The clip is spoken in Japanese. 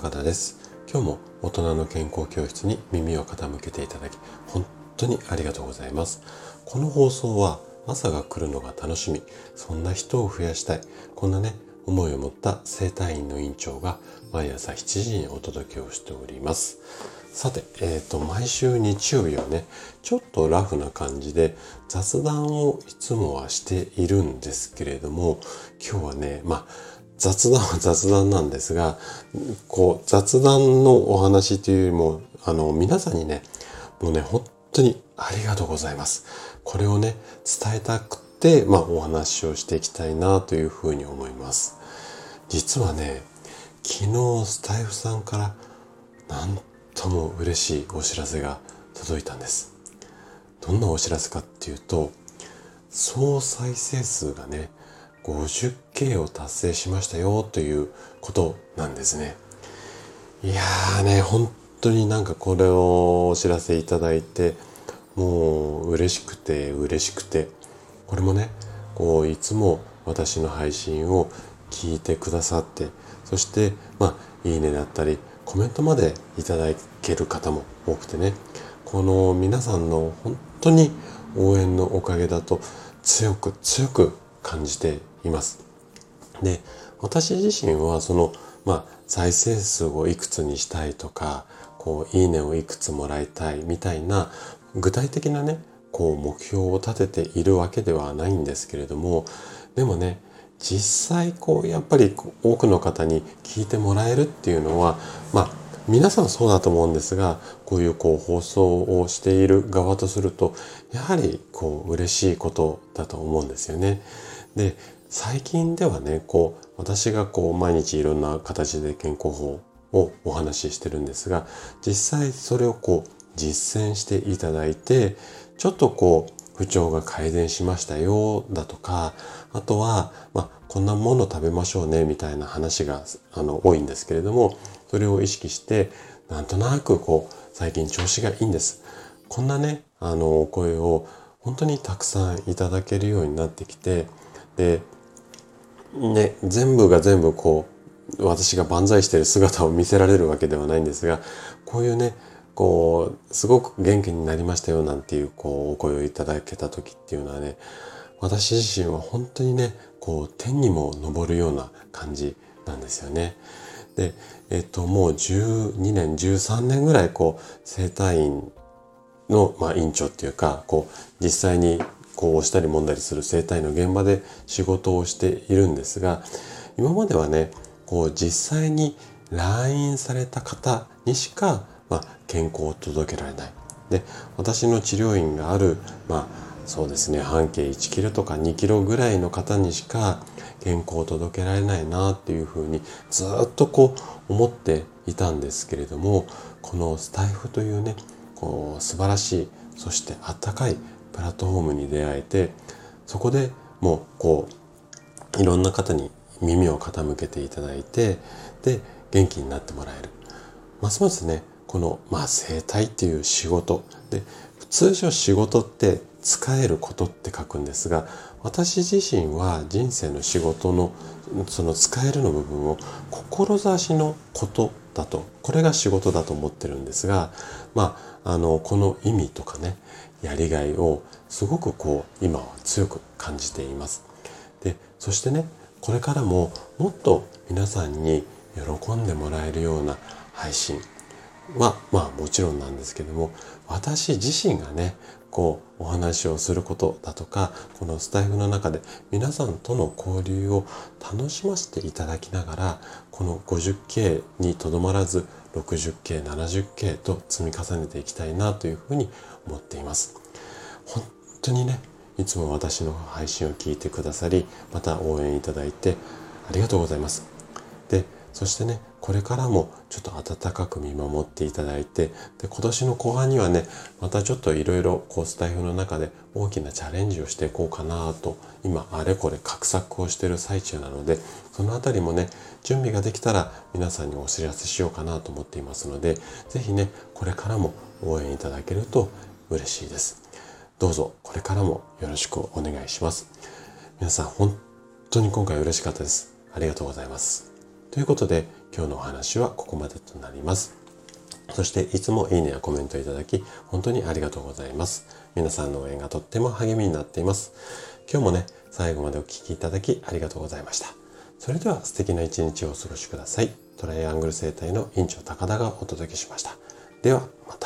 高田です。今日も大人の健康教室に耳を傾けていただき本当にありがとうございます。この放送は朝が来るのが楽しみ、そんな人を増やしたい、こんな思いを持った整体院の院長が毎朝7時にお届けをしております。さて、毎週日曜日はちょっとラフな感じで雑談をいつもはしているんですけれども、今日は雑談は雑談なんですが、雑談のお話というよりも、皆さんにもう本当にありがとうございます。これを伝えたくて、お話をしていきたいなというふうに思います。実は昨日スタイフさんからなんとも嬉しいお知らせが届いたんです。どんなお知らせかっていうと、総再生数が50K を達成しましたよということなんですね。いやー本当にこれをお知らせいただいて、もう嬉しくて、これもいつも私の配信を聞いてくださって、そしていいねだったりコメントまでいただける方も多くてこの皆さんの本当に応援のおかげだと強く感じています。で、私自身は再生数をいくつにしたいとか、いいねをいくつもらいたいみたいな具体的な目標を立てているわけではないんですけれども、でも実際やっぱり多くの方に聞いてもらえるっていうのは皆さんそうだと思うんですが、こういう放送をしている側とするとやはり嬉しいことだと思うんですよね。で、最近では私が毎日いろんな形で健康法をお話ししてるんですが、実際それを実践していただいて、ちょっと不調が改善しましたよだとか、あとはこんなもの食べましょうねみたいな話が多いんですけれども、それを意識してなんとなく最近調子がいいんです、こんなお声を本当にたくさんいただけるようになってきて、で全部が全部私が万歳している姿を見せられるわけではないんですが、こういうすごく元気になりましたよなんていうお声をいただけた時っていうのは私自身は本当に天にも昇るような感じなんですよね。で、もう12年、13年ぐらい整体院の院長っていうか、実際に押したり揉んだりする整体の現場で仕事をしているんですが、今までは実際に来院された方にしか健康を届けられない。で、私の治療院があるそうですね、半径1キロとか2キロぐらいの方にしか健康を届けられないなっていうふうにずっと思っていたんですけれども、このスタイフという素晴らしい、そしてあったかいプラットフォームに出会えて、そこでもういろんな方に耳を傾けていただいて、で元気になってもらえる。ますますこの整体っていう仕事で、通常仕事って使えることって書くんですが、私自身は人生の仕事のその使えるの部分を志のことだと、これが仕事だと思ってるんですが、この意味とかやりがいをすごく今は強く感じています。で、そしてこれからももっと皆さんに喜んでもらえるような配信はもちろんなんですけども、私自身がお話をすることだとか、このスタイフの中で皆さんとの交流を楽しませていただきながら、この 50K にとどまらず 60K、70K と積み重ねていきたいなというふうに思っています。本当にいつも私の配信を聞いてくださり、また応援いただいてありがとうございます。で、そしてこれからもちょっと温かく見守っていただいて、で、今年の後半にはまたちょっといろいろスタイフの中で大きなチャレンジをしていこうかなと、今あれこれ画策をしている最中なので、そのあたりも準備ができたら皆さんにお知らせしようかなと思っていますので、ぜひこれからも応援いただけると嬉しいです。どうぞこれからもよろしくお願いします。皆さん本当に今回嬉しかったです。ありがとうございます。ということで今日のお話はここまでとなります。そしていつもいいねやコメントいただき本当にありがとうございます。皆さんの応援がとっても励みになっています。今日もね、最後までお聞きいただきありがとうございました。それでは素敵な一日をお過ごしください。トライアングル生態の院長高田がお届けしました。ではまた。